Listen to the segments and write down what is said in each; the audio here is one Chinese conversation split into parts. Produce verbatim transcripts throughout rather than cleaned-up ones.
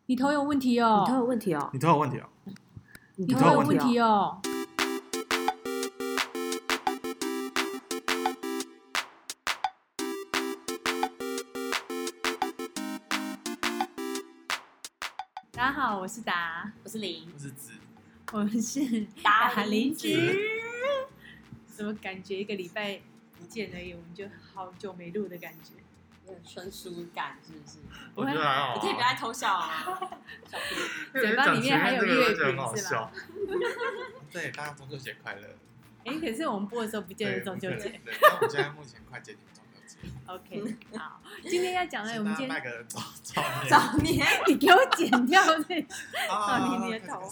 你头有问题哦！ 你头有问题哦！ 你头有问题哦！ 你头有问题哦！大家好，我是达， 我是林， 我是子， 我们是达邻邻居。怎么感觉一个礼拜不见而已，我们就好久没录的感觉？ 有点生疏感，是不是？ 我觉得还好、啊。 你可以不要再偷笑啊！小屁， 嘴巴里面还有月饼是吧？ 对，大家中秋节快乐！ 哎、欸，可是我们播的时候不见得中秋节。 对，那我们现在目前快接近中秋节。 OK， 好，今天要讲的，我们今天卖个早早年， 早年， 你给我剪掉这早年你的头。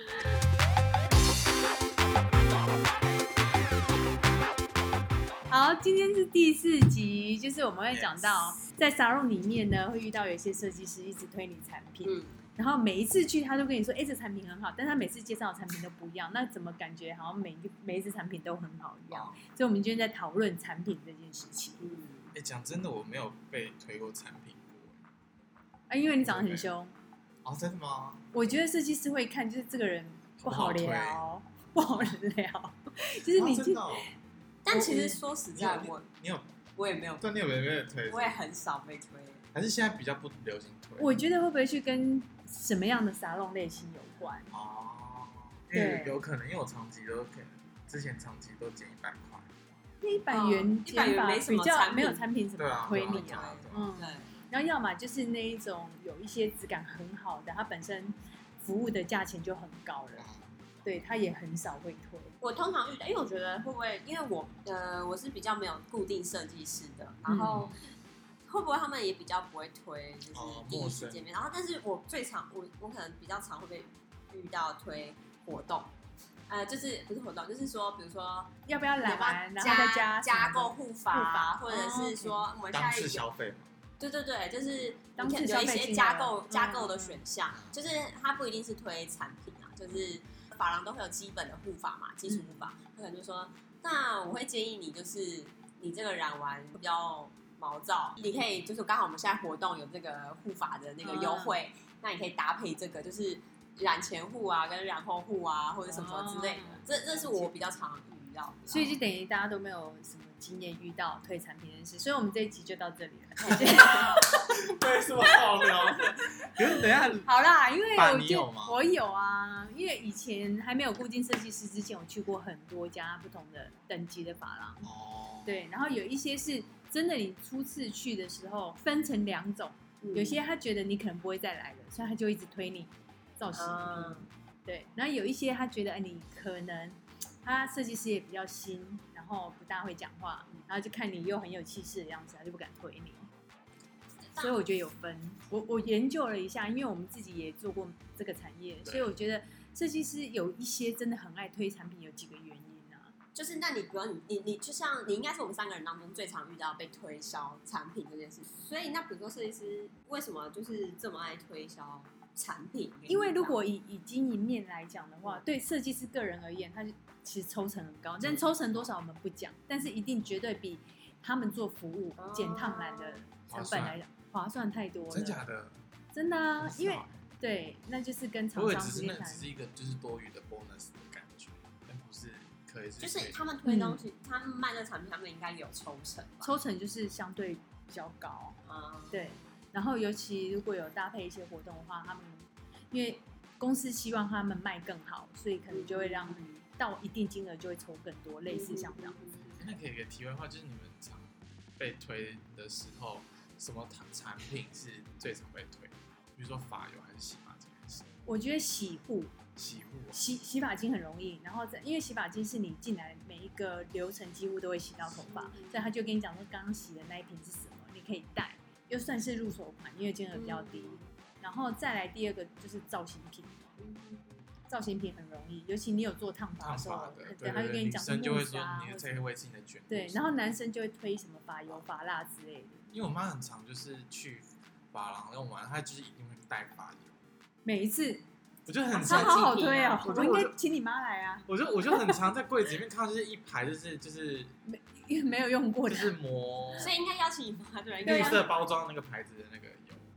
好，今天是第四集，就是我们会讲到 yes. 在沙龙里面呢，会遇到有一些设计师一直推你产品， 嗯， 然后每一次去他都跟你说，哎、欸，这产品很好，但他每次介绍的产品都不一样，那怎么感觉好像每一每一支产品都很好一样？哦、所以我们今天在讨论产品这件事情。嗯， 哎、欸，讲真的，我没有被推过产品过， 啊，因为你长得很凶。 哦，真的吗？ 我觉得设计师会看，就是这个人不好聊，不好聊，就是你就。 哦但其实说实在，我你有我也没有， 对，你有没有被推？ 我也很少被推。 还是现在比较不流行推？ 我觉得会不会去跟什么样的沙龙类型有关？ 哦，因为有可能，因为我长期都可能之前长期都减一百块， 那一百元一百元没什么比较没有产品什么推你啊， 嗯，对。然后要么就是那一种有一些质感很好的，它本身服务的价钱就很高了。对，他也很少会推。 我通常遇到，因为我觉得会不会，因为我呃我是比较没有固定设计师的，然后、嗯、会不会他们也比较不会推，就是第一次见面。哦、然后，但是我最常我我可能比较常会被遇到推活动，呃，就是不是活动，就是说，比如说要不要来玩，然后再加加购护发，或者是说我们现在当次消费嘛。 对对对，就是当次有一些加购加购的选项， 嗯、 就是它不一定是推产品啊，就是发廊都会有基本的护发嘛，基础护发，他可能就说，那我会建议你就是你这个染完比较毛躁，你可以就是刚好我们现在活动有这个护发的那个优惠，嗯、那你可以搭配这个就是染前护啊跟染后护啊或者什么之类的，哦、这这是我比较常遇到的， 所以就等于大家都没有什么经验遇到推产品的事，所以我们这一集就到这里了。 对，什么好聊？可是等一下， 好啦，因为我你有吗？ 我有啊，因为以前还没有固定设计师之前，我去过很多家不同的等级的发廊。哦。对，然后有一些是真的，你初次去的时候分成两种，嗯、有些他觉得你可能不会再来了，所以他就一直推你造型。嗯。对，然后有一些他觉得，哎，你可能他设计师也比较新，然后不大会讲话，然后就看你又很有气势的样子，他就不敢推你。所以我觉得有分，我我研究了一下，因为我们自己也做过这个产业，所以我觉得设计师有一些真的很爱推产品，有几个原因啊。 就是那你比如你你你就像你应该是我们三个人当中最常遇到被推销产品这件事，所以那比如说设计师为什么就是这么爱推销产品？ 因为如果以以经营面来讲的话，对设计师个人而言，他其实抽成很高，但抽成多少我们不讲，但是一定绝对比他们做服务剪烫染的成本来讲。划算太多了， 真假的？ 真的啊，因为对，那就是跟厂商之间谈， 只是一个就是多余的 bonus 的感觉，但不是可以是。 就是他们推东西，嗯、他们卖的产品，他们应该有抽成吧？ 抽成就是相对比较高，嗯，对。然后尤其如果有搭配一些活动的话，他们因为公司希望他们卖更好，所以可能就会让到一定金额就会抽更多，类似像这样子。 那可以给题外话，就是你们常被推的时候。什么产品是最常被推？比如说发油还是洗发精？ 我觉得洗护， 洗护、 洗洗发精很容易，然后因为洗发精是你进来每一个流程几乎都会洗到头发，所以他就跟你讲说刚刚洗的那一瓶是什么，你可以带，又算是入手款，因为金额比较低。然后再来第二个就是造型品，造型品很容易，尤其你有做烫发的时候， 对， 对，他就跟你讲女生就会说你的这个会是你的卷， 对，然后男生就会推什么发油、发蜡之类的。 因为我妈很常就是去发廊用完，她就是一定会带发油。 每一次， 我就很常，她好好推哦， 我我应该请你妈来啊。 我就我就很常在柜子里面看到，就是一排就是就是没没有用过的， 就是膜， 所以应该邀请你妈对， 绿色包装那个牌子的那个油。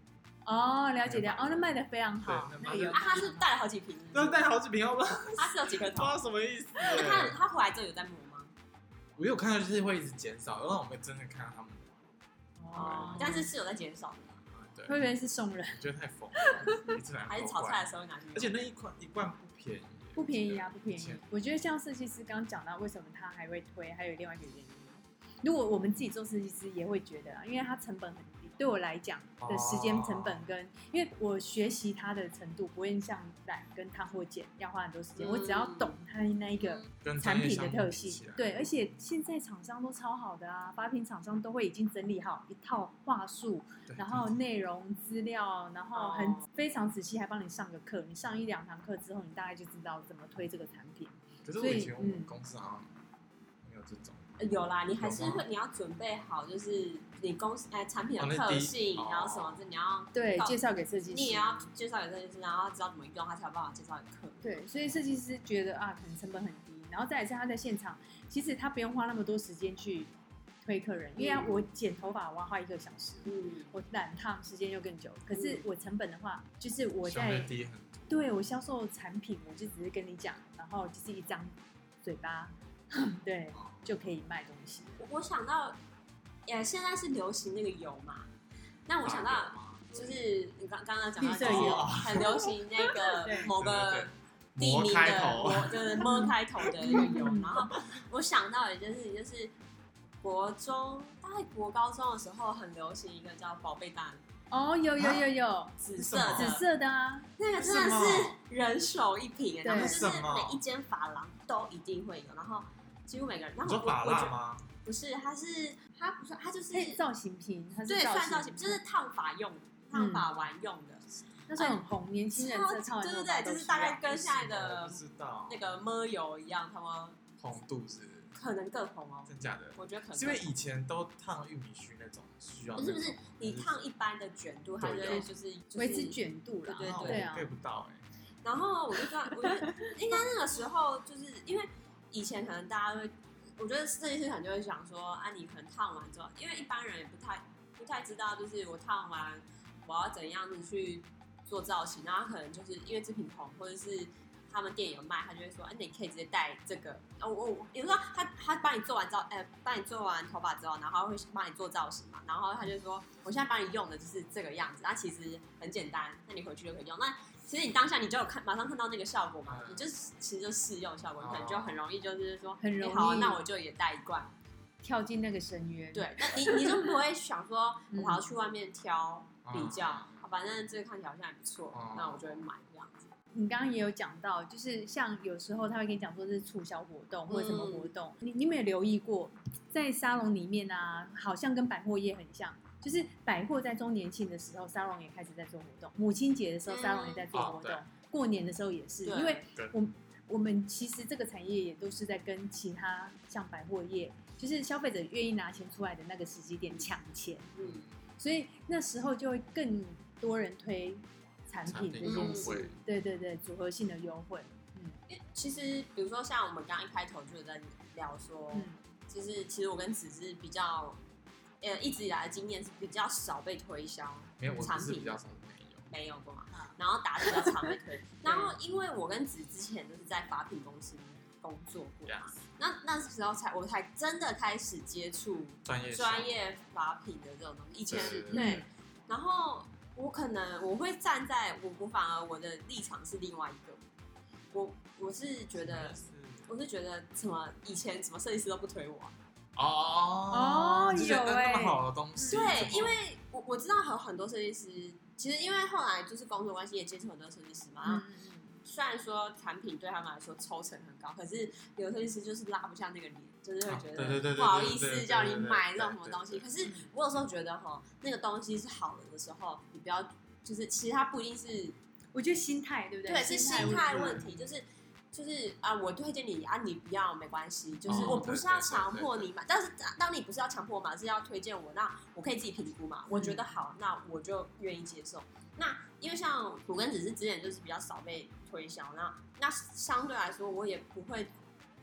哦，了解了哦，那卖的非常好。 那有啊，他是带了好几瓶， 那带了好几瓶，好不好？ 他是有几颗头？ 不知道什么意思。 那他他回来之后有在磨吗？ 我有看到就是会一直减少，然后我们真的看到他们哦，但是是有在减少的。 对，会不会是送人？ 我觉得太疯了， 还是炒菜的时候拿去用。 而且那一罐一罐不便宜， 不便宜啊，不便宜。我觉得像设计师刚刚讲到，为什么他还会推，还有另外一个原因。如果我们自己做设计师，也会觉得啊，因为它成本很低。对我来讲的时间成本跟，哦、因为我学习它的程度不会像染跟烫或剪要花很多时间，嗯、我只要懂它那一个产品的特性，对，而且现在厂商都超好的啊，发品厂商都会已经整理好一套话术，然后内容资料，然后很、哦、非常仔细，还帮你上个课，你上一两堂课之后，你大概就知道怎么推这个产品。 可是我以前我们公司好像没有这种。 有啦，你还是会，你要准备好，就是你公司哎产品的特性，哦、然后什么，你要对介绍给设计师， 你也要介绍给设计师，然后知道怎么用，他才有办法介绍给客户。 对，所以设计师觉得啊，可能成本很低，然后再来是他在现场，其实他不用花那么多时间去推客人，因为我剪头发我要花一个小时，嗯，我染烫时间又更久，可是我成本的话，就是我在对我销售产品，我就只是跟你讲，然后就是一张嘴巴。对，就可以卖东西。 我想到，呃，现在是流行那个油嘛，那我想到就是你刚刚刚讲到绿色油， 很流行那个某个地名的，就是么开头的那个油。然后我想到一件事情，就是国中大概国高中的时候很流行一个叫宝贝蛋。 哦，有有有有， 紫色的， 紫色的啊， 那个真的是人手一瓶，然后就是每一间发廊都一定会有，然后几乎每个人。然后你说发蜡吗？ 不是，它是它不是，它就是造型瓶，它是对，算造型，就是烫发用的，烫发玩用的。 那时候很红，年轻人在烫完对对对，就是大概跟现在的那个么油一样，他们红度是。 可能更红哦， 真假的？ 我觉得可能是因为以前都烫玉米须那种需要， 不是不是，你烫一般的卷度，它就就是维持卷度了， 对对对啊， 对不到哎。 然后我就知道，我觉得应该那个时候就是因为以前可能大家会，我觉得设计师可能就会想说，啊，你可能烫完之后，因为一般人也不太不太知道，就是我烫完我要怎样子去做造型，然后可能就是因为这瓶红或者是。他们店有卖，他就会说：“哎、欸，你可以直接带这个。哦，我比如说他他帮你做完造，哎、欸，帮你做完头发之后，然后会帮你做造型嘛。然后他就说：我现在帮你用的就是这个样子。那其实很简单，那你回去就可以用。那其实你当下你就有看，马上看到那个效果嘛。你就其实就试用效果，你可能就很容易就是说， 很容易。 欸、好，那我就也带一罐， 跳进那个深渊。 对，那你你就不会想说，我还要去外面挑比较，嗯、反正这个看起来好像还不错，嗯、那我就会买这样子。” 你刚刚也有讲到，就是像有时候他会跟你讲说是促销活动或者什么活动，嗯、你你有没有留意过，在沙龙里面啊，好像跟百货业很像，就是百货在周年庆的时候，沙龙也开始在做活动，母亲节的时候，沙龙也在做活动，嗯、过年的时候也是，因为我我们其实这个产业也都是在跟其他像百货业，就是消费者愿意拿钱出来的那个时机点抢钱，嗯，所以那时候就会更多人推。产品这件事，对对对，组合性的优惠。嗯， 其实比如说像我们刚刚一开头就有在聊说，嗯，就是其实我跟子是比较，呃，一直以来的经验是比较少被推销产品， 比较少没有没有过嘛。然后达比较常被推，然后因为我跟子之前就是在发品公司工作过嘛，那那时候才我才真的开始接触专业专业发品的这种东西。以前对，然后。我可能我会站在我我反而我的立场是另外一个，我我是觉得我是觉得什么以前什么设计师都不推我哦哦有哎、 欸、那么好的东西对，因为我我知道有很多设计师，其实因为后来就是工作关系也接触很多设计师嘛，嗯、虽然说产品对他们来说抽成很高，可是有的设计师就是拉不下那个脸。就是会觉得不好意思叫你买这种什么东西，可是我有时候觉得哈，那个东西是好的的时候，你不要就是其实它不一定是， 我觉得心态对不对？ 对，是心态问题，就是就是啊，我推荐你啊，你不要没关系，就是我不是要强迫你买，但是当你不是要强迫我买，是要推荐我，那我可以自己评估嘛，我觉得好，那我就愿意接受。那因为像我跟子是之前就是比较少被推销，那那相对来说我也不会。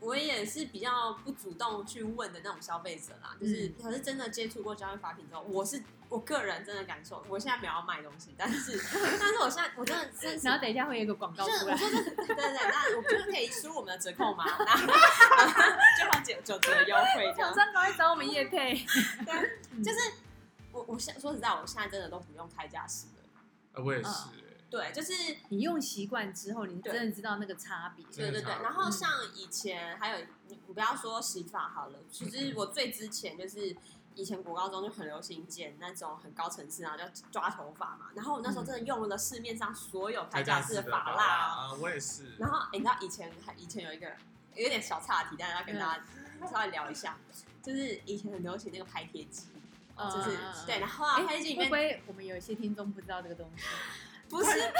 我也是比较不主动去问的那种消费者啦，就是可是真的接触过交易法品之后，我是我个人真的感受，我现在没有要卖东西，但是但是我现在我真的真是， 然后等一下会有一个广告出来， 我说对对对，那我就可以输入我们的折扣码，然后就放九九折优惠这样。 厂商赶快找我们业配， 对，就是我我现说实在，我现在真的都不用开架式的， 呃，我也是、欸。 对，就是你用习惯之后，你真的知道那个差别。 对对对，然后像以前还有你不要说洗发好了，其实我最之前就是以前国高中就很流行剪那种很高层次，然后叫抓头发嘛。然后我那时候真的用了市面上所有开架式的发蜡啊，我也是。 然后你知道以前以前有一个有点小岔题，但是要跟大家稍微聊一下，就是以前很流行那个拍贴机，就是对，然后拍贴机里面会不会我们有一些听众不知道这个东西？ 不是，我也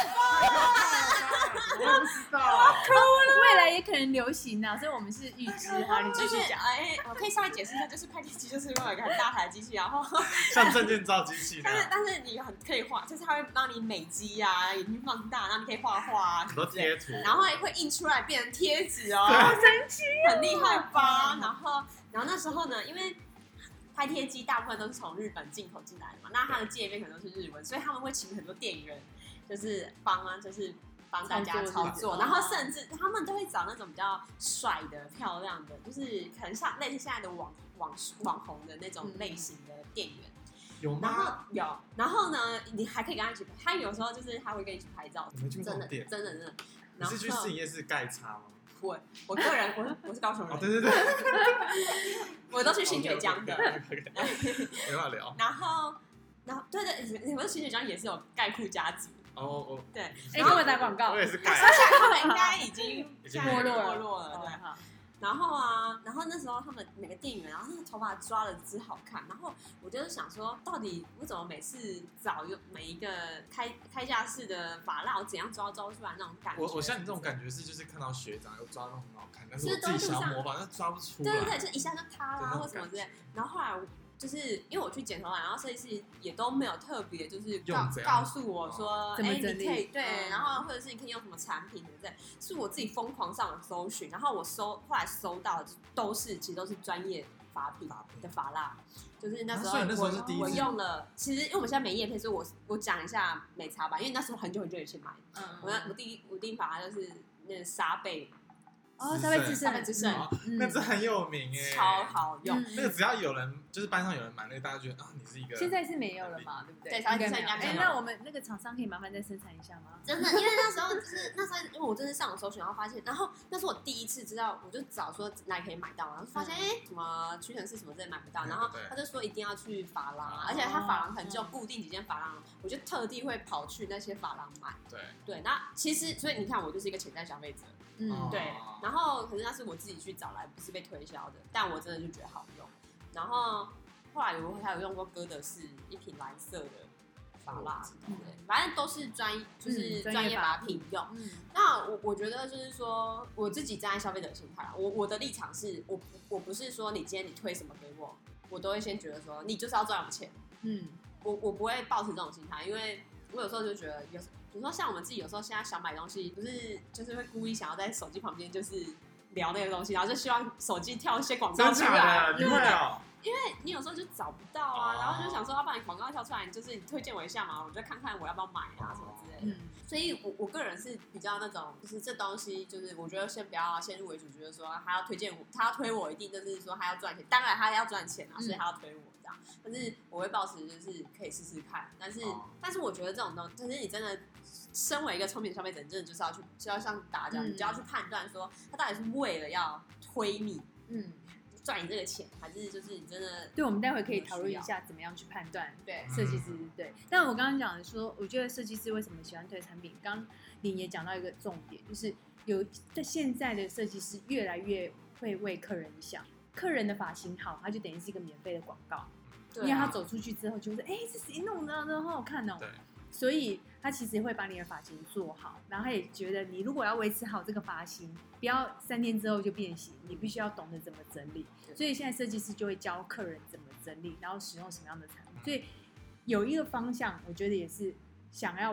不知道， 未来也可能流行啊，所以我们是预知哈。你继续讲， 哎，我可以稍微解释一下，就是拍贴机就是用一个很大台的机器，然后像证件照机器， 但是但是你很可以画，就是它会帮你美肌啊，眼睛放大，然后你可以画画啊， 很多贴图， 然后会印出来变成贴纸哦， 好神奇， 很厉害吧？然后然后那时候呢，因为拍贴机大部分都是从日本进口进来的嘛，那它的界面可能都是日文，所以他们会请很多店员。就是帮啊，就是帮大家操作，然后甚至他们都会找那种比较帅的、漂亮的，就是可能像类似现在的网网网红的那种类型的店员。 有吗？ 然后有，然后呢，你还可以跟他一起拍，他有时候就是他会跟你一起拍照， 真的真的真的。 你是去市营夜市盖叉吗？ 我我个人我是我是高雄人， 哦对对对， 我都去新水江的， 没法聊。 然后然后对对，你们新水江也是有盖库家族。 哦哦， 对， 哎，给我打广告， 我也是盖， 他们应该已经没落没落了，对。然后啊，然后那时候他们每个店员，然后那个头发抓的之好看，然后我就是想说，到底我怎么每次找有每一个开开架式的发蜡，我怎样抓抓出来那种感觉？ 我我像你这种感觉是，就是看到学长有抓到很好看，但是我自己想要模仿，但抓不出来。 对对对，就一下就塌啦或什么之类。然后后来。就是因为我去剪头发，然后设计师也都没有特别就是告告诉我说，哎、欸，你可以对，嗯、然后或者是你可以用什么产品，对不对？是我自己疯狂上网搜寻，然后我搜后来搜到的都是其实都是专业发品的发蜡，就是那时候我、啊、 那时候是第一我用了，其实因为我们现在没业配，所以我我讲一下美差吧，因为那时候很久很久以前买的，嗯、我我第一我第一发就是那个沙贝。 哦，沙贝之沙贝之圣， 那这很有名哎， 超好用。 那个只要有人，就是班上有人买，那个大家觉得啊，你是一个。 现在是没有了嘛，对不对？ 对，沙贝之圣应该没有。 哎，那我们那个厂商可以麻烦再生产一下吗？ 真的，因为那时候就是那时候，因为我真是上网搜寻，然后发现，然后那是我第一次知道，我就找说哪里可以买到，然后发现哎，什么屈臣氏什么之类买不到，然后他就说一定要去发廊，而且他发廊可能就固定几间发廊，我就特地会跑去那些发廊买。 对对，那其实所以你看，我就是一个潜在消费者。嗯，对，然后可是那是我自己去找来，不是被推销的，但我真的就觉得好用。然后后来我还有用过哥德式一瓶蓝色的发蜡，对，反正都是专就是专业发品用。嗯，那我我觉得就是说，我自己站在消费者的心态，我我的立场是我我不是说你今天你推什么给我，我都会先觉得说你就是要赚我钱。嗯，我我不会抱持这种心态，因为我有时候就觉得有时。比如说像我们自己有时候现在想买东西，不是就是会故意想要在手机旁边就是聊那个东西，然后就希望手机跳一些广告出来， 对不对？ 因为你有时候就找不到啊，然后就想说要不然你广告跳出来，就是你推荐我一下嘛，我就看看我要不要买啊什么之类的。嗯、所以我我个人是比较那种，就是这东西就是我觉得先不要先入为主，觉得说他要推荐我，他要推我一定就是说他要赚钱，当然他要赚钱啊，所以他要推我。但是我会抱持就是可以试试看，但是、哦、但是我觉得这种东西，就是你真的身为一个聪明的消费者，你真的就是要去，就要像大家这样，嗯、你就要去判断说他到底是为了要推你，嗯，赚你这个钱，还是就是你真的？ 对，我们待会可以讨论一下怎么样去判断。对，设计师对。但我刚刚讲的说，我觉得设计师为什么喜欢推产品，刚你也讲到一个重点，就是有在现在的设计师越来越会为客人想，客人的发型好，他就等于是一个免费的广告。因为他走出去之后就会说，哎、欸，这谁弄的，真好好看哦。所以他其实会把你的发型做好，然后他也觉得你如果要维持好这个发型，不要三天之后就变形，你必须要懂得怎么整理。所以现在设计师就会教客人怎么整理，然后使用什么样的产品。所以有一个方向，我觉得也是想要为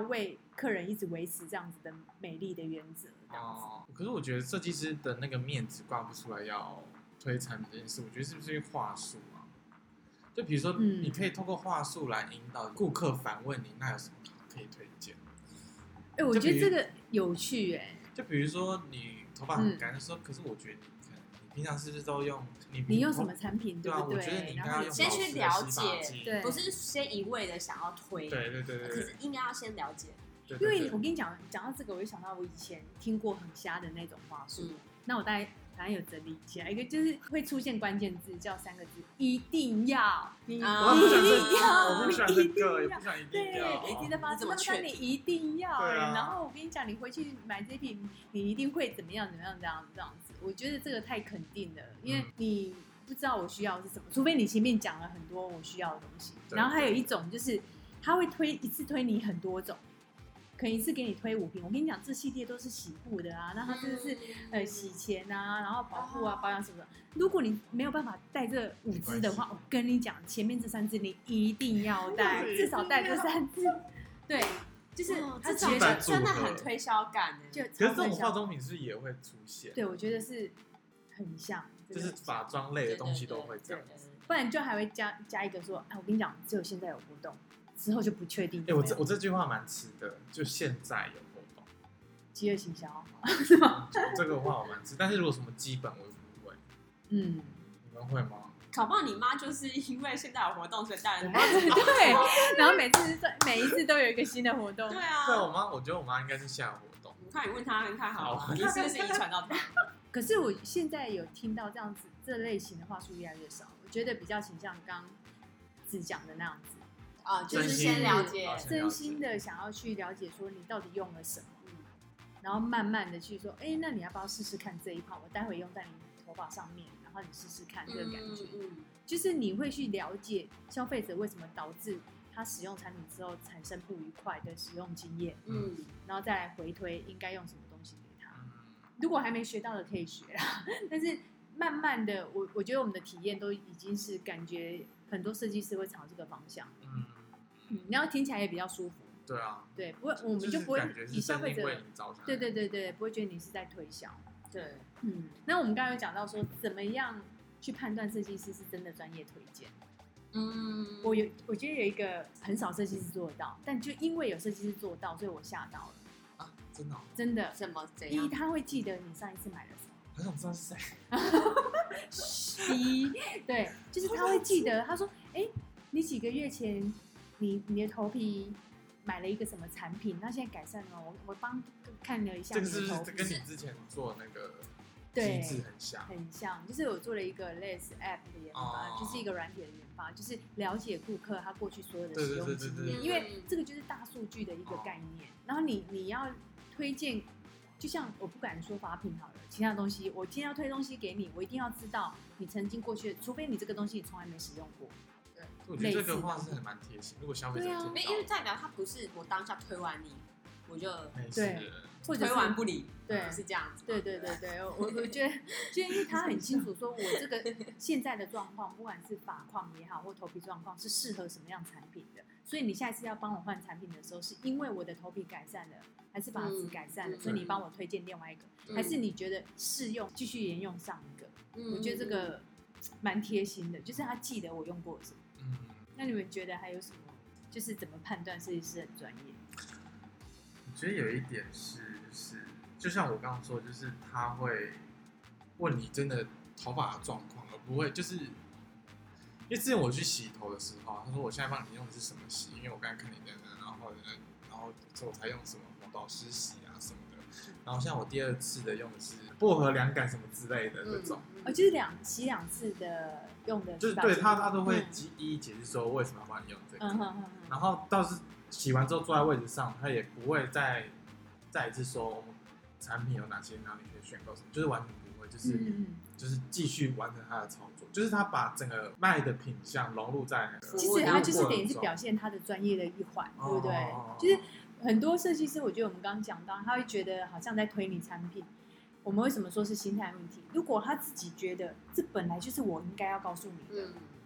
客人一直维持这样子的美丽的原则。 哦，可是我觉得设计师的那个面子挂不出来要推产品这件事，我觉得是不是因为话术啊？就比如说， 嗯、 你可以通过话术来引导顾客反问你，那有什么可以推荐？ 哎、欸，我觉得这个有趣哎、欸。 就比如说你头发很干，说、嗯，可是我觉得你可能你平常是不是都用你你用什么产品， 对不对？ 我觉得你应该要用先去了解， 对， 不是先一味的想要推， 对对对对， 可是应该要先了解。 对对对， 因为我跟你讲，讲到这个，我就想到我以前听过很瞎的那种话术、嗯，那我大概。反正有整理起来，一个就是会出现关键字，叫三个字，一定要，你、 啊、 一定要， 我不喜欢这个，也不喜欢一定要， 对，你的发怎么劝你一定要、欸啊，然后我跟你讲，你回去买这瓶，你一定会怎么样怎么样这样这样子。我觉得这个太肯定了，因为你不知道我需要的是什么，除非你前面讲了很多我需要的东西。然后还有一种就是他会推一次推你很多种。可能一次给你推五瓶，我跟你讲，这系列都是洗护的啊，那它真的是呃洗钱啊，然后保护啊、保养什么的。如果你没有办法带这五支的话，我跟你讲，前面这三支你一定要带，至少带这三支。对，就是它觉得真的很推销感的。 就可是这种化妆品是也会出现。 对，我觉得是很像， 就是法妆类的东西都会这样子， 不然就还会加加一个说，哎，我跟你讲，只有现在有活动。之后就不确定。 哎、欸，我这我这句话蛮吃的，就现在有活动， 饥饿行销是吗？ 这个话我蛮吃，但是如果什么基本我就不会。 嗯， 你们会吗？ 搞不好你妈就是因为现在有活动，所以带人对，然后每次每一次都有一个新的活动。 对啊， 对我妈，我觉得我妈应该是下活动。 你看你问她，你看好吗？你是不是遗传到她？ 可是我现在有听到这样子这类型的话术越来越少，我觉得比较倾向刚只讲的那样子。 啊，就是先了解， 真心的想要去了解，说你到底用了什么，嗯、然后慢慢的去说，哎、欸，那你要不要试试看这一泡？我待会用在你头发上面，然后你试试看这个感觉。嗯嗯、就是你会去了解消费者为什么导致他使用产品之后产生不愉快的使用经验，嗯，然后再来回推应该用什么东西给他。如果还没学到的可以学啦，但是慢慢的，我我觉得我们的体验都已经是感觉。很多设计师会朝这个方向，嗯，嗯，然后听起来也比较舒服。 对啊， 对，不会，我们就不会以消费者，对对对对，不会觉得你是在推销。 对， 嗯。那我们刚刚有讲到说，怎么样去判断设计师是真的专业推荐？嗯，我有，我觉得有一个很少设计师做得到，但就因为有设计师做到，所以我吓到了。 啊，真的、哦？ 真的？ 什么？怎样？ 一，他会记得你上一次买了什么。 很想知道是谁。一，对，就是他会记得，他说，哎、欸，你几个月前，你你的头皮买了一个什么产品，那现在改善了吗？我我帮看了一下你的头皮， 这个是跟你之前做那个机制很像， 很像，就是我做了一个类似 App 的研发，哦、就是一个软体的研发，就是了解顾客他过去所有的使用经验，因为这个就是大数据的一个概念，哦、然后你你要推荐。就像我不敢说法品好了，其他东西我今天要推东西给你，我一定要知道你曾经过去的，除非你这个东西你从来没使用过。 对，我觉得这个话是很蛮贴心。如果消费者听到， 啊、因为代表他不是我当下推完你，我就对，或者推完不理， 对， 不是这样子。 对对对对，我我觉得，就因为他很清楚，说我这个现在的状况，不管是发况也好，或头皮状况，是适合什么样产品的。所以你下一次要帮我换产品的时候，是因为我的头皮改善了。还是发质改善了、嗯，所以你帮我推荐另外一个、嗯，还是你觉得适用继续沿用上一个？嗯、我觉得这个蛮贴心的，就是他记得我用过什么。嗯，那你们觉得还有什么？就是怎么判断设计师很专业？ 我觉得有一点是，就是就像我刚刚说，就是他会问你真的头发的状况，而不会就是因为之前我去洗头的时候，他说我现在帮你用的是什么洗，因为我刚才看你的，然后然后之后才用什么。保湿洗啊什么的，然后像我第二次的用的是薄荷凉感什么之类的这种， 哦、嗯，就是两洗两次的用的， 就是对他他都会一一解释说为什么要帮你用这个，嗯哼哼哼，然后倒是洗完之后坐在位置上，他也不会再再一次说我们产品有哪些，哪里可以选购什么，就是完全不会，就是、嗯、就是继续完成他的操作，就是他把整个卖的品项融入在那个， 其实他就是等于是表现他的专业的一环，对不对？哦、就是。很多设计师，我觉得我们刚刚讲到，他会觉得好像在推你产品。我们为什么说是心态问题？如果他自己觉得这本来就是我应该要告诉你的，嗯、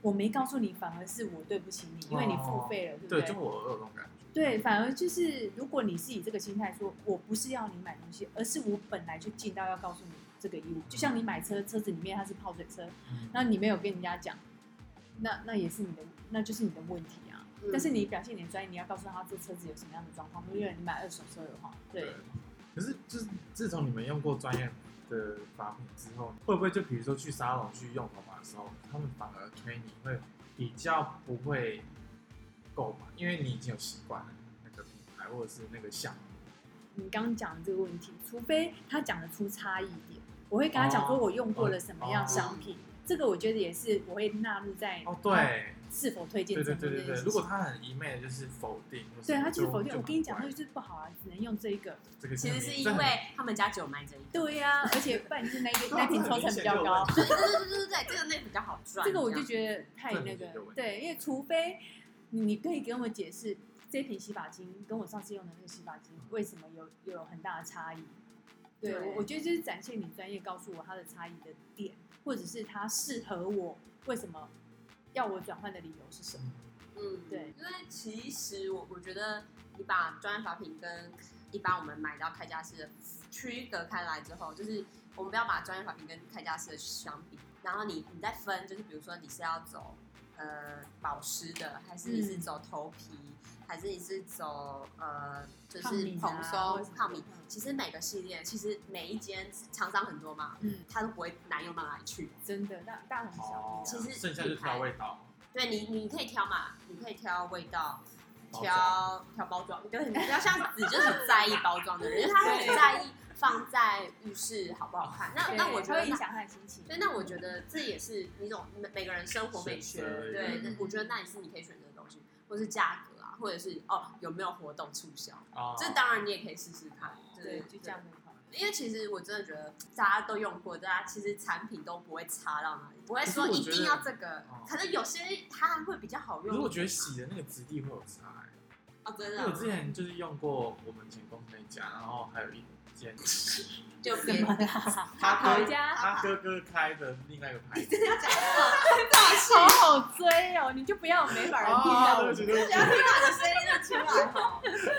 我没告诉你，反而是我对不起你，因为你付费了， 哦、 对不对？ 对，就我有这种感觉。 对，反而就是如果你是以这个心态说，我不是要你买东西，而是我本来就尽到要告诉你这个义务。就像你买车，车子里面它是泡水车，嗯、那你没有跟人家讲，那那也是你的，那就是你的问题啊。嗯、但是你表现你的专业，你要告诉他这车子有什么样的状况。因为你买二手车的话，对。对， 可是就是自从你们用过专业的发品之后，会不会就比如说去沙龙去用头发的时候，他们反而推你会比较不会购买，因为你已经有习惯了那个品牌或者是那个项目。 你刚刚讲的这个问题，除非他讲得出差异点，我会跟他讲说我用过了什么样商品，哦哦、这个我觉得也是我会纳入在哦对是否推荐。 对对对对对，如果他很一昧的就是否定， 对他就是否定，我跟你讲，那就是不好啊，只能用这一个。 这个其实是因为他们家只有卖这一个。 对呀、啊，而且不然就是那个那瓶抽成比较高。 对对对对对，这个那比较好赚。 这个我就觉得太那个，对，因为除非你可以给我们解释这瓶洗发精跟我上次用的那个洗发精为什么有有很大的差异。对，对我觉得就是展现你专业，告诉我它的差异的点，或者是它适合我，为什么要我转换的理由是什么？ 嗯， 对， 因为其实我我觉得你把专业发品跟一般我们买到开架式的区隔开来之后，就是我们不要把专业发品跟开架式的相比，然后你你再分，就是比如说你是要走呃保湿的，还是你是走头皮，嗯、还是你是走呃就是蓬松抗敏、啊，其实每个系列其实每一间厂商很多嘛，嗯，它都不会难用到哪里去， 真的，大大同小异、 哦。 其实剩下就挑味道。 对你，你可以挑嘛，你可以挑味道，挑挑包装，对，你不要像子就是很在意包装的人，他会很在意放在浴室好不好看。那那我觉得会影响他的心情。 对，那我觉得这也是一种每个人生活美学。对，那我觉得那也是你可以选择的东西，或是价格啊，或者是哦有没有活动促销，哦、这当然你也可以试试看。 对，就这样的。 因为其实我真的觉得大家都用过，大家其实产品都不会差到哪里，不会说一定要这个。可能有些它会比较好用。 可是我觉得洗的那个质地会有差、欸。 哦，真的。 因为我之前就是用过我们前公司那家，然后还有一间就别的他哥他哥哥开的另外一个牌子。 你要讲好好追哦，你就不要没法人听到我， 只要听到的声音就出来哈。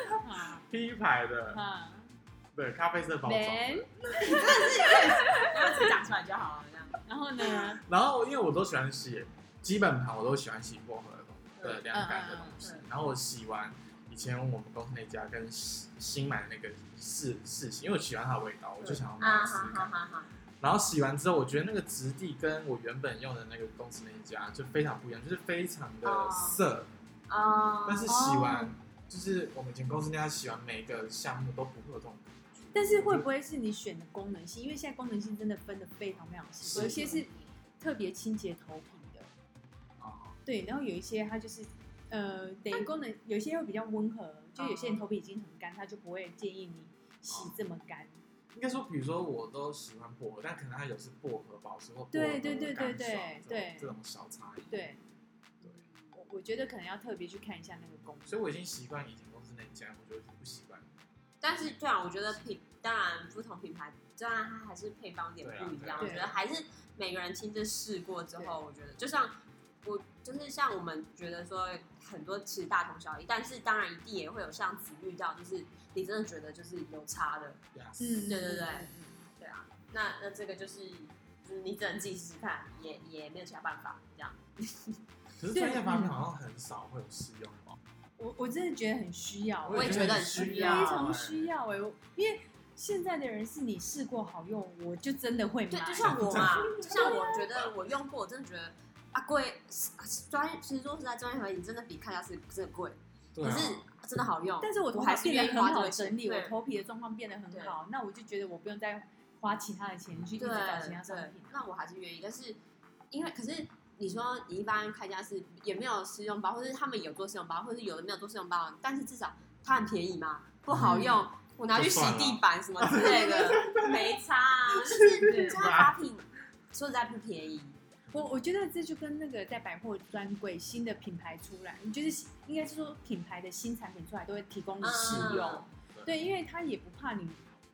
P 牌的。对，咖啡色包装。 你真的是，然后自己讲出来就好了，这样。 然后呢？ 然后因为我都喜欢洗基本盘，我都喜欢洗薄荷的凉感的东西。嗯嗯嗯、然后我洗完以前我们公司那家跟新买的那个试试洗，因为我喜欢它的味道，我就想要买来试试看。啊、然后洗完之后，我觉得那个质地跟我原本用的那个公司那一家就非常不一样，就是非常的涩。 哦。 但是洗完，哦、就是我们以前公司那家洗完每个项目都不会有这种。 但是会不会是你选的功能性？因为现在功能性真的分得非常非常细，有一些是特别清洁头皮的，哦、对，然后有一些它就是呃，等于功能有些会比较温和，就有些人头皮已经很干，他就不会建议你洗这么干。 应该说，比如说我都喜欢薄荷，但可能它有是薄荷保湿或薄荷对对对对对对这种小差异。 对对，我我觉得可能要特别去看一下那个功能。 所以我已经习惯以前公司那家，我就不习惯。 但是对啊，我觉得品当然不同品牌，当然它还是配方点不一样。啊啊、我觉得还是每个人亲自试过之后，我觉得就像我就是像我们觉得说很多其实大同小异，但是当然一定也会有像子遇到，就是你真的觉得就是有差的。 Yes. 嗯，对对对，嗯，对啊。那那这个就是就是你只能自己试试看，也也没有其他办法这样。 可是专业发品好像很少会有试用哦。 我我真的觉得很需要， 我也觉得很需要， 非常需要哎、欸，因为现在的人是你试过好用，我就真的会买。 对，就像我嘛，就像我觉得我用过，我真的觉得啊贵，专业其实说实在，专业发品真的比看下是真的贵，可是真的好用。 但是我头发变得很好整理，我头皮的状况变得很好，那我就觉得我不用再花其他的钱去一直找其他商品， 那我还是愿意。但是因为可是。你说你一般开家是也没有试用包，或者是他们有做试用包，或者是有的没有做试用包，但是至少它很便宜嘛，不好用，嗯、我拿去洗地板什么之类的，没差啊。就是专业发品，说实在不便宜。 我我觉得这就跟那个在百货专柜新的品牌出来，你就是应该是说品牌的新产品出来都会提供你试用，嗯、对，因为他也不怕你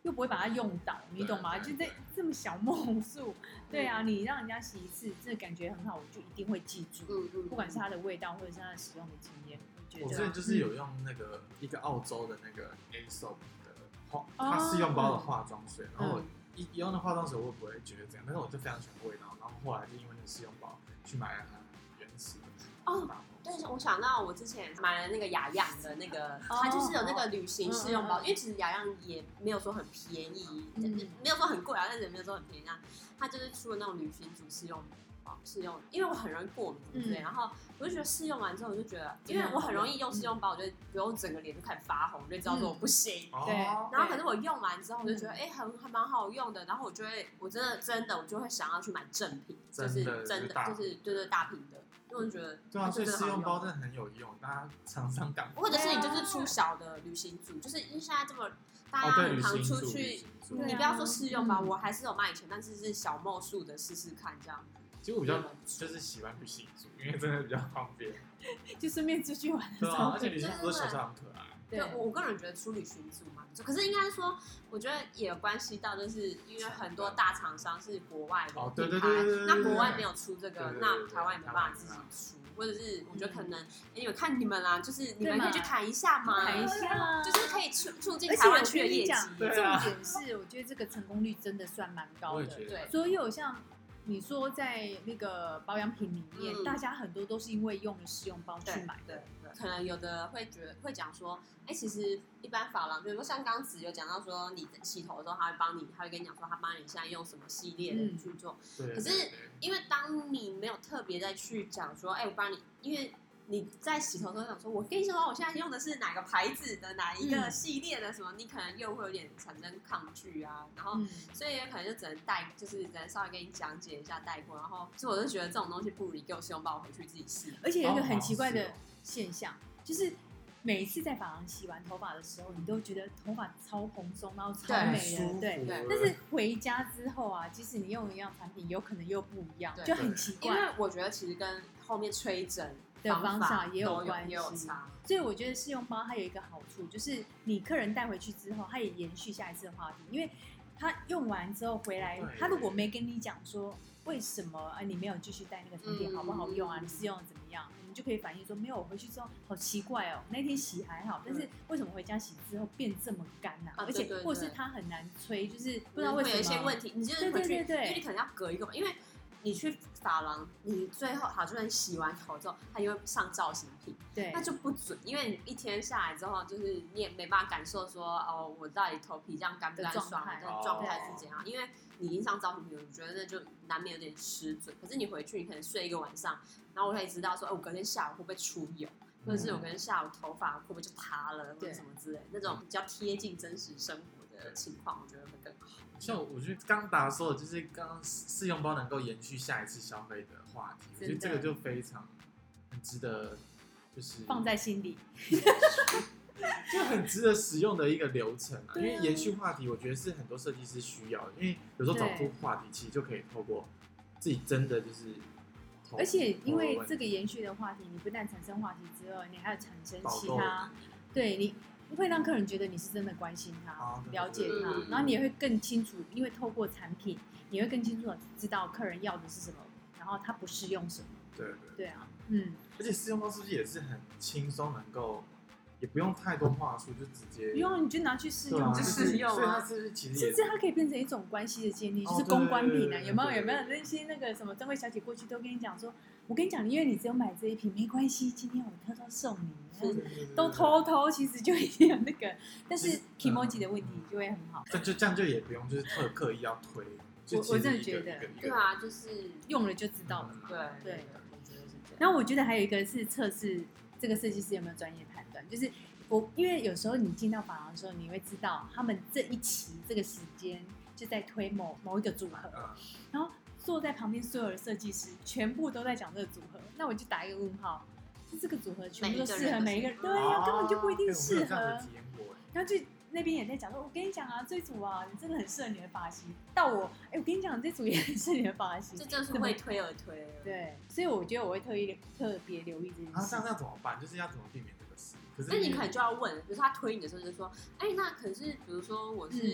又不会把它用倒，你懂吗？就这这么小梦数，对啊，你让人家洗一次，这感觉很好，我就一定会记住，嗯嗯，不管是它的味道或者是它的使用的经验。 我之前就是有用那个一个澳洲的那个 Aesop 的化，它试用包的化妆水，然后我一一用的化妆水，我也不会觉得这样，但是我就非常喜欢味道，然后后来就因为那个试用包去买了它原始的。 哦，对，我想到我之前买了那个雅漾的那个，它就是有那个旅行试用包，因为其实雅漾也没有说很便宜，没有说很贵啊，但是也没有说很便宜啊，它就是出了那种旅行组试用包，试用，因为我很容易过敏，对，然后我就觉得试用完之后，我就觉得，因为我很容易用试用包，我就不用整个脸就开始发红，就知道说我不行， 对， 然后可是我用完之后，我就觉得哎，很还蛮好用的，然后我就会，我真的真的我就会想要去买正品，就是真的就是对对大瓶的。因为我觉得对啊，所以试用包真的很有用，大家常常赶， 或者是你就是出小的旅行组，就是因为现在这么大家很常出去，你不要说试用吧，我还是有卖钱，但是是小墨数的试试看这样。 其实我比较就是喜欢旅行组，因为真的比较方便， 就顺便出去玩的时候， 对啊，而且旅行组的小小很可爱。 对，我个人觉得出旅行组嘛，可是应该说，我觉得也有关系到，就是因为很多大厂商是国外的品牌，那国外没有出这个，那台湾也没办法自己出，或者是我觉得可能，因为看你们啦，就是你们可以去谈一下嘛， 谈一下， 就是可以促促进台湾区的业绩。 重点是，我觉得这个成功率真的算蛮高的，对，所以有像。你说在那个保养品里面，嗯、大家很多都是因为用了试用包去买的。 对，对可能有的会觉得会讲说，哎、欸，其实一般发廊，比如说像刚子有讲到说，你洗头的时候，他会帮你，他会跟你讲说，他帮你现在用什么系列的去做。嗯、可是因为当你没有特别再去讲说，哎、欸，我帮你，因为。你在洗头的时候想说，我跟你说，我现在用的是哪个牌子的哪一个系列的什么，嗯、你可能又会有点产生抗拒啊，然后、嗯、所以可能就只能带，就是只能稍微跟你讲解一下带过，然后所以我就觉得这种东西不如你给我试用包，我回去自己试。 而且有一个很奇怪的现象，就是每一次在发廊洗完头发的时候，你都觉得头发超蓬松，然后超美的，对。对但是回家之后啊，即使你用一样产品，有可能又不一样，就很奇怪。 因为我觉得其实跟后面吹整。 的方法也有关系， 所以我觉得试用包它有一个好处，就是你客人带回去之后，它也延续下一次的话题，因为他用完之后回来，他如果没跟你讲说为什么啊你没有继续带那个产品好不好用啊，你试用的怎么样，你们就可以反映说没有，我回去之后好奇怪哦，那天洗还好，但是为什么回家洗之后变这么干呢、啊？而且或是它很难吹，就是不知道为什么会有一些问题，你就是回去，因为你可能要隔一个，因为。你去发廊，你最后好，就算洗完头之后，它又会上造型品， 对， 那就不准，因为你一天下来之后，就是你也没办法感受说，哦，我到底头皮这样干不干爽，的状态是怎样？因为你已经上造型品，我觉得那就难免有点失准。可是你回去，你可能睡一个晚上，然后我可以知道说，哦，我隔天下午会不会出油，或者是我隔天下午头发会不会就塌了，或者什么之类，那种比较贴近真实生活的情况，我觉得会更好。 像我觉得刚达说的，就是刚刚试用包能够延续下一次消费的话题，我觉得这个就非常很值得，就是放在心里， 就很值得使用的一个流程啊。因为延续话题，我觉得是很多设计师需要的，因为有时候找出话题，其实就可以透过自己真的就是。 而且因为这个延续的话题，你不但产生话题之外，你还有产生其他，对你。会让客人觉得你是真的关心他、啊、了解他、嗯，然后你也会更清楚，因为透过产品，你会更清楚的知道客人要的是什么，然后他不适用什么。 对对对啊，嗯。 而且试用包是不是也是很轻松，能够也不用太多话术，就直接不用你就拿去试用， 啊、 就试用、啊。 所以它是不是其实甚至它可以变成一种关系的建立，就是公关品啊，有没有？有没有那些那个什么专柜小姐过去都跟你讲说？我跟你讲，因为你只有买这一瓶，没关系，今天我偷偷送你，都偷偷，其实就已经有那个，但是 Kimoji 的问题就会很好。 这、嗯、就这样就也不用就是特刻意要推， 我我真的觉得， 对啊，就是用了就知道了嘛。 对对，我觉得是这样。然后我觉得还有一个是测试这个设计师有没有专业判断，就是我因为有时候你进到发廊的时候，你会知道他们这一期这个时间就在推某某一个组合，嗯、然后。坐在旁边所有的设计师全部都在讲这个组合，那我就打一个问号，这个组合全部都适合每一个人，对呀、啊，根本就不一定适合。然后就那边也在讲说，我跟你讲啊，这组啊，你真的很适合你的发型。到我，哎，我跟你讲，这组也很适合你的发型。 这就是会推而推。 对，所以我觉得我会特意特别留意这件事。 啊，这样要怎么办？就是要怎么避免这个事？可是那你可能就要问，比如说他推你的时候，就说，哎，那可是比如说我是。嗯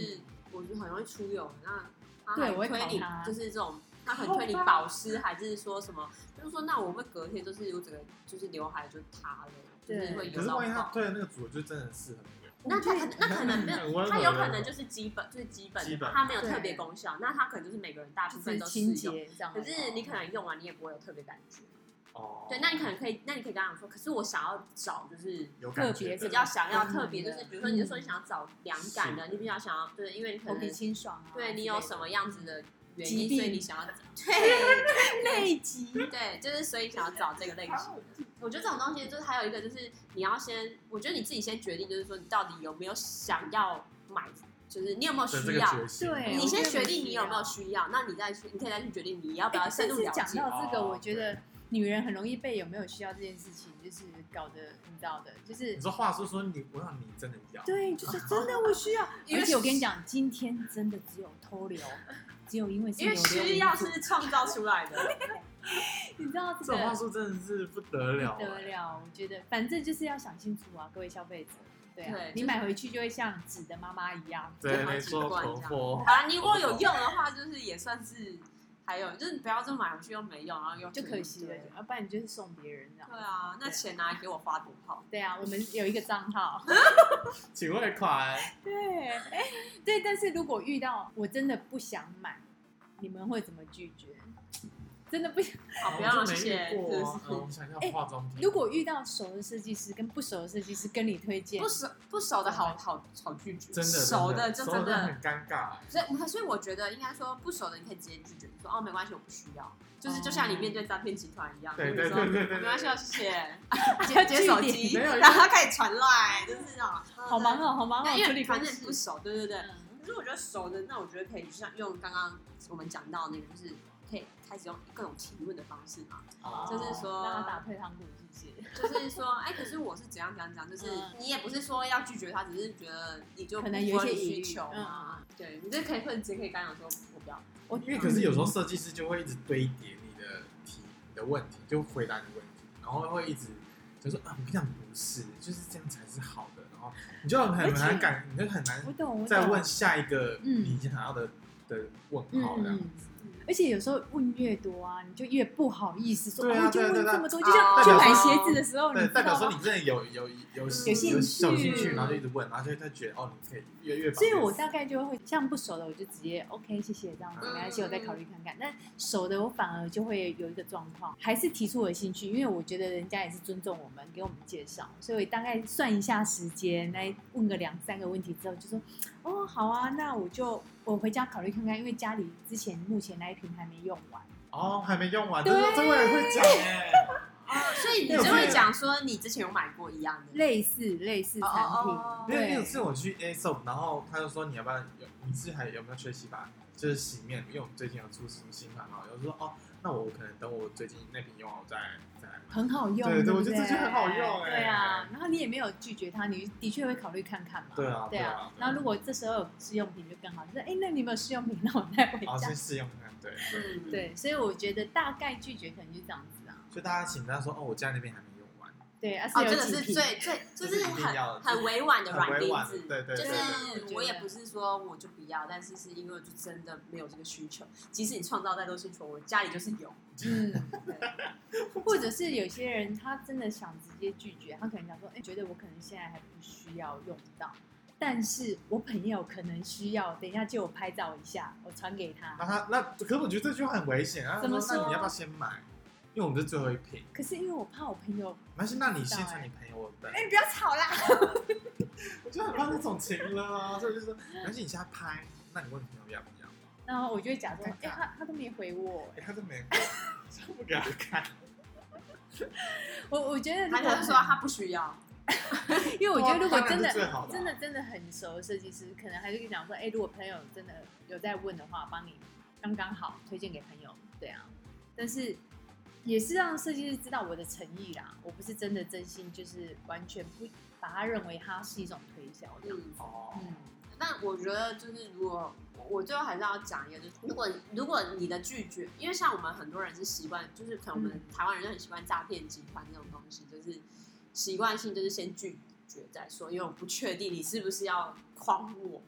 我就很容易出油，那他对我会还推你考他就是这种，他很推你保湿，还是说什么？就是说，那我会隔天就是我整个就是刘海就塌了，就是会油到爆。 可是万一他推的那个组就真的适合你。 那他可能那可能没有，他有可能就是基本就是基本， 基本他没有特别功效，那他可能就是每个人大部分都适用， 这样。 可是你可能用完你也不会有特别感觉。 哦， 对，那你可能可以，那你可以跟他讲说，可是我想要找就是特别比较想要特别，就是比如说你就说你想要找凉感的，你比较想要对，因为你可能头皮清爽啊， 对你有什么样子的原因，所以你想要对类疾， 对，就是所以想要找这个类型的。我觉得这种东西就是还有一个就是你要先，我觉得你自己先决定，就是说你到底有没有想要买，就是你有没有需要， 对， 你先决定你有没有需要，那你再去，你可以再去决定你要不要深入了解。 但是讲到这个，我觉得女人很容易被有没有需要这件事情，就是搞得你知道的，就是你说话说说你，我想你真的要， 对，就是真的我需要，而且我跟你讲，今天真的只有偷流，只有因为是因为需要是创造出来的。 你知道这个话术真的是不得了， 不得了！我觉得反正就是要想清楚啊，各位消费者。对啊， 对你买回去就会像纸的妈妈一样， 对，没错，婆婆。 好，你如果有用的话，就是也算是，还有就是你不要就买回去又没用，然后又就可惜了，要不然你就是送别人这样。 对啊，那钱拿来给我花多好。 对啊，我们有一个账号， 请汇款。 对，对，但是如果遇到我真的不想买，你们会怎么拒绝？真的不想， 好，不要谢谢。 我想要化妆品。 如果遇到熟的设计师跟不熟的设计师跟你推荐， 不熟不熟的好好好拒绝， 真的熟的就真的很尴尬。 所以所以我觉得应该说不熟的你可以直接拒绝，说哦没关系我不需要，就是就像你面对诈骗集团一样， 对对对对对， 没关系谢谢，接接手机，然后他开始传来，就是那种好忙哦好忙哦， 因为反正不熟，对对对。可是我觉得熟的，那我觉得可以就像用刚刚我们讲到那个，就是。可以开始用各种提问的方式嘛， 哦、 就是说让他打退堂鼓，是不是？ 就是说，哎、欸，可是我是怎样怎样讲，就是你也不是说要拒绝他，只是觉得你就可能有一些需求嘛，嗯、对你这可以或者直接可以刚讲说我不要， 我因为可是有时候设计师就会一直堆叠你的题你的问题，就回答你的问题，然后会一直就说啊，我跟你讲不是，就是这样才是好的，然后你就很很难感，你就很难再问下一个你想要的的问号这样子。嗯而且有时候问越多啊，你就越不好意思说， 啊， 就问这么多，就像去买鞋子的时候， 对，代表说你真的有有有有兴趣，有兴趣，然后就一直问，然后就他觉得哦，你可以越越。 所以我大概就会像不熟的，我就直接 OK 谢谢这样子，没关系，我再考虑看看。但熟的我反而就会有一个状况，还是提出我的兴趣，因为我觉得人家也是尊重我们，给我们介绍，所以我大概算一下时间，来问个两三个问题之后，就说哦好啊，那我就。我回家考虑看看，因为家里之前目前那一瓶还没用完。 哦，还没用完，这这我也会讲哎。 哦，所以你就会讲说你之前有买过一样的类似类似产品。 哦、 因为有次我去 A S O P， 然后他就说你要不要有，你是还有没有缺洗发，就是洗面，因为我们最近有出什么新款，然后我就说哦，那我可能等我最近那瓶用完，我再再来买。 很好用， 对对，我觉得这就很好用哎。 对啊，然后你也没有拒绝他，你的确会考虑看看嘛。 对啊， 对啊。然后如果这时候有试用品就更好，就是哎，那你有没有试用品？那我带回家。 哦，先试用看看，对。 嗯，对，所以我觉得大概拒绝可能就这样子啊。 所以大家请他说哦，我家那边还没用完。 对，啊， 哦，这个是最最就是很很委婉的软钉子， 对对， 就是我也不是说我就不要，但是是因为我就真的没有这个需求。即使你创造再多需求，我家里就是有。 嗯，或者是有些人他真的想直接拒绝，他可能讲说，哎，觉得我可能现在还不需要用到，但是我朋友可能需要，等一下借我拍照一下，我传给他。 那他那可是我觉得这句话很危险啊！ 怎么说？ 那你要不要先买？因为我们是最后一瓶。 可是因为我怕我朋友。 没关系，那你先传你朋友我的。 哎，你不要吵啦！ 我就很怕那种情了啊，所以我就说，没关系，你现在拍，那你问你朋友要不要？ 然后我就会假装，哎，他他都没回我， 哎，他都没回，我不给他看。 我我觉得他就说他不需要， 因为我觉得如果真的真的真的很熟的设计师，可能还是跟你讲说，哎，如果朋友真的有在问的话，帮你刚刚好推荐给朋友，对啊。但是也是让设计师知道我的诚意啦，我不是真的真心，就是完全不把他认为它是一种推销这样子。 哦， 嗯。 那我觉得就是如果我最后还是要讲一个，就是如果如果你的拒绝，因为像我们很多人是习惯，就是可能我们台湾人就很习惯诈骗集团这种东西，就是习惯性就是先拒绝再说，因为我不确定你是不是要诓我这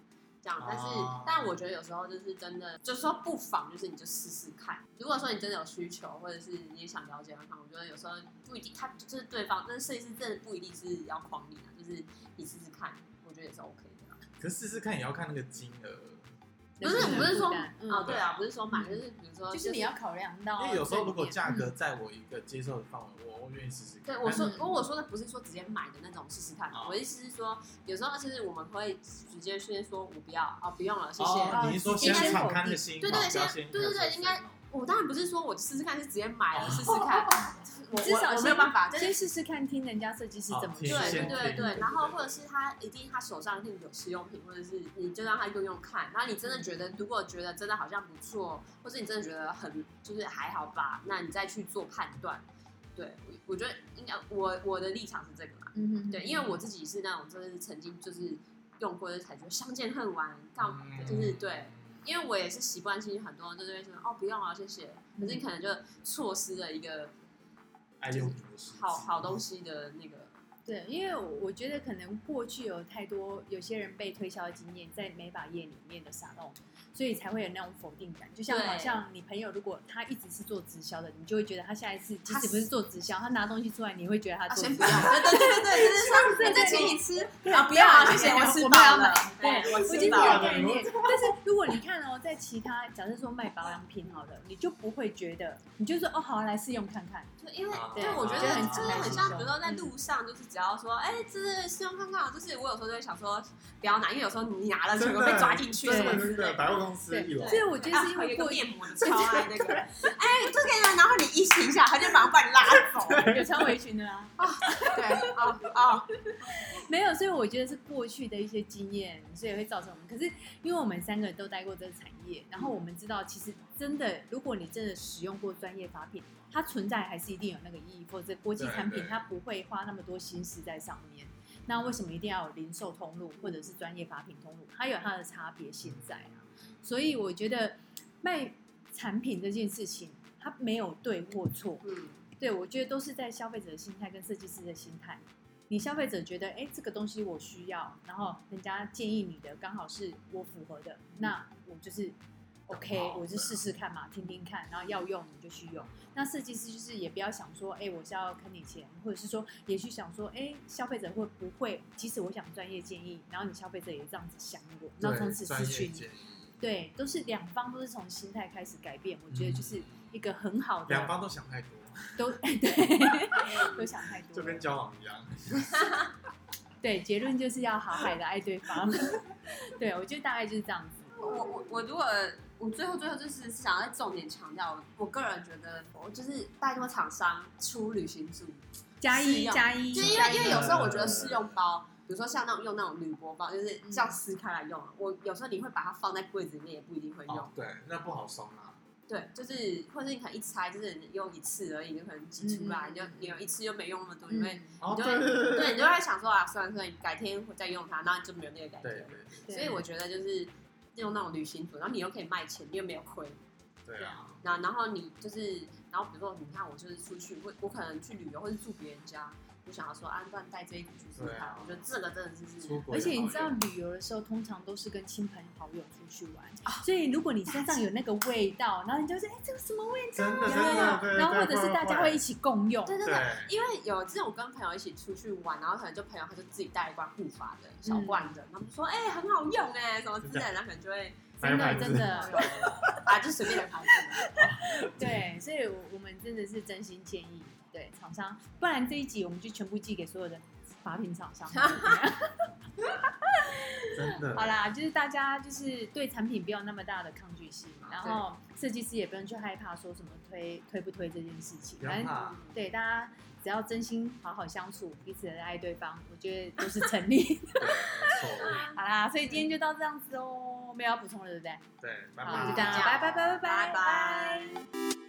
样，但是、啊、但我觉得有时候就是真的，就是说不妨就是你就试试看。如果说你真的有需求，或者是你也想了解的话，我觉得有时候不一定，他就是对方，但是设计师真的不一定是要诓你啊，就是你试试看，我觉得也是 OK 的、啊。 可是试试看也要看那个金额。 不是，不是说、嗯、哦，对啊，不是说买，就是比如说， 就是你要考量到， 因为有时候如果价格在我一个接受的范围，我我愿意试试看。 对，我说，我我说的不是说直接买的那种试试看，我的意思是说，有时候其实我们会直接先说我不要，哦，不用了，谢谢。 哦，你是说先敞开的心， 对对，先，对对对，应该。我当然不是说我试试看是直接买了试试看，我至少我没有办法， 先试试看，听人家设计师怎么说。 对对对，然后或者是他一定他手上一定有试用品，或者是你就让他用用看，然后你真的觉得如果觉得真的好像不错，或是你真的觉得很就是还好吧，那你再去做判断。对，我觉得应该我我的立场是这个嘛，嗯哼，对，因为我自己是那种就是曾经就是用过的才觉得相见恨晚，告就是对。因为我也是习惯性，很多人都会说哦不用啊，谢谢。可是你可能就错失了一个爱用品的好好东西的那个。 对，因为我觉得可能过去有太多有些人被推销的经验在美发业里面的沙龙，所以才会有那种否定感。就像好像你朋友如果他一直是做直销的，你就会觉得他下一次即使不是做直销，他拿东西出来，你会觉得他做直销。 对对对对，就是说你再请你吃啊，不要啊，谢谢，我吃饱了。对，我吃饱了。概念。但是如果你看哦，在其他假设说卖保养品好了，你就不会觉得，你就说哦好，来试用看看。 对，因为对我觉得就是很像，比如说在路上，就是只要说哎，这是试用看看，就是我有时候就会想说不要拿，因为有时候你拿了全部被抓进去。 对对对，百货公司一楼。 所以我觉得是因为过面膜超爱那个，哎，这个人，然后你一亲一下，他就马上把你拉走。 有穿围裙的啊？ 啊，对，哦哦， 没有，所以我觉得是过去的一些经验，所以会造成我们。可是因为我们三个人都待过这个产业，然后我们知道，其实真的，如果你真的使用过专业发品，它存在还是一定有那个意义，否则国际产品它不会花那么多心思在上面。那为什么一定要有零售通路或者是专业发品通路？它有它的差别性在啊。所以我觉得卖产品这件事情，它没有对或错。嗯，对，我觉得都是在消费者的心态跟设计师的心态。你消费者觉得，哎，这个东西我需要，然后人家建议你的刚好是我符合的，那我就是 OK， 我就试试看嘛，听听看，然后要用你就去用。那设计师就是也不要想说，哎，我是要坑你钱，或者是说也去想说，哎，消费者会不会，即使我想专业建议，然后你消费者也这样子想我，然后从此失去你。对，都是两方都是从心态开始改变，我觉得就是一个很好的。 两方都想太多。 都对，都想太多。 就跟交往一样。 对，结论就是要好好的爱对方。对，我觉得大概就是这样子。 我我我如果我最后最后就是想要再重点强调，我个人觉得，我就是拜托厂商出旅行组加一加一， 就因为因为有时候我觉得试用包。比如说像那种用那种铝箔包，就是这样撕开来用。我有时候你会把它放在柜子里面，也不一定会用。 哦、对，那不好收纳。 对，就是或者你可能一拆，就是你用一次而已，就可能挤出来，嗯、你就你有一次又没用那么多，因为、嗯、你就会、哦、对, 对，你就会想说啊，算了算了，改天再用它，那就没有那个改天。 对对对。所以我觉得就是用那种旅行组，然后你又可以卖钱，你又没有亏。 对啊。 然后然后你就是，然后比如说你看我就是出去，我我可能去旅游或是住别人家。就想要说啊，乱带这一组去试试看，我觉得这个真的是是。 而且你知道，旅游的时候通常都是跟亲朋好友出去玩，啊、所以如果你身上有那个味道，然后你就说，哎、欸，这个什么味道？ 真的真的。 然后或者是大家会一起共用。 对对对，因为有这种跟朋友一起出去玩，然后可能就朋友他就自己带一罐护发的小罐的，嗯、然后就说，哎、欸，很好用哎、欸，什么之类的，然后可能就会。 真的真的啊，就随便的牌子。 对，所以我们真的是真心建议，对厂商，不然这一集我们就全部寄给所有的发品厂商。 真的。 好啦，就是大家就是对产品不要那么大的抗拒性，然后设计师也不用去害怕说什么推推不推这件事情，反正对大家。只要真心好好相处，彼此的爱对方，我觉得都是成立的。 对，没错。 好啦，所以今天就到这样子哦，没有要补充了，对不对？ 对，拜拜。 好，就这样，拜拜拜拜拜拜。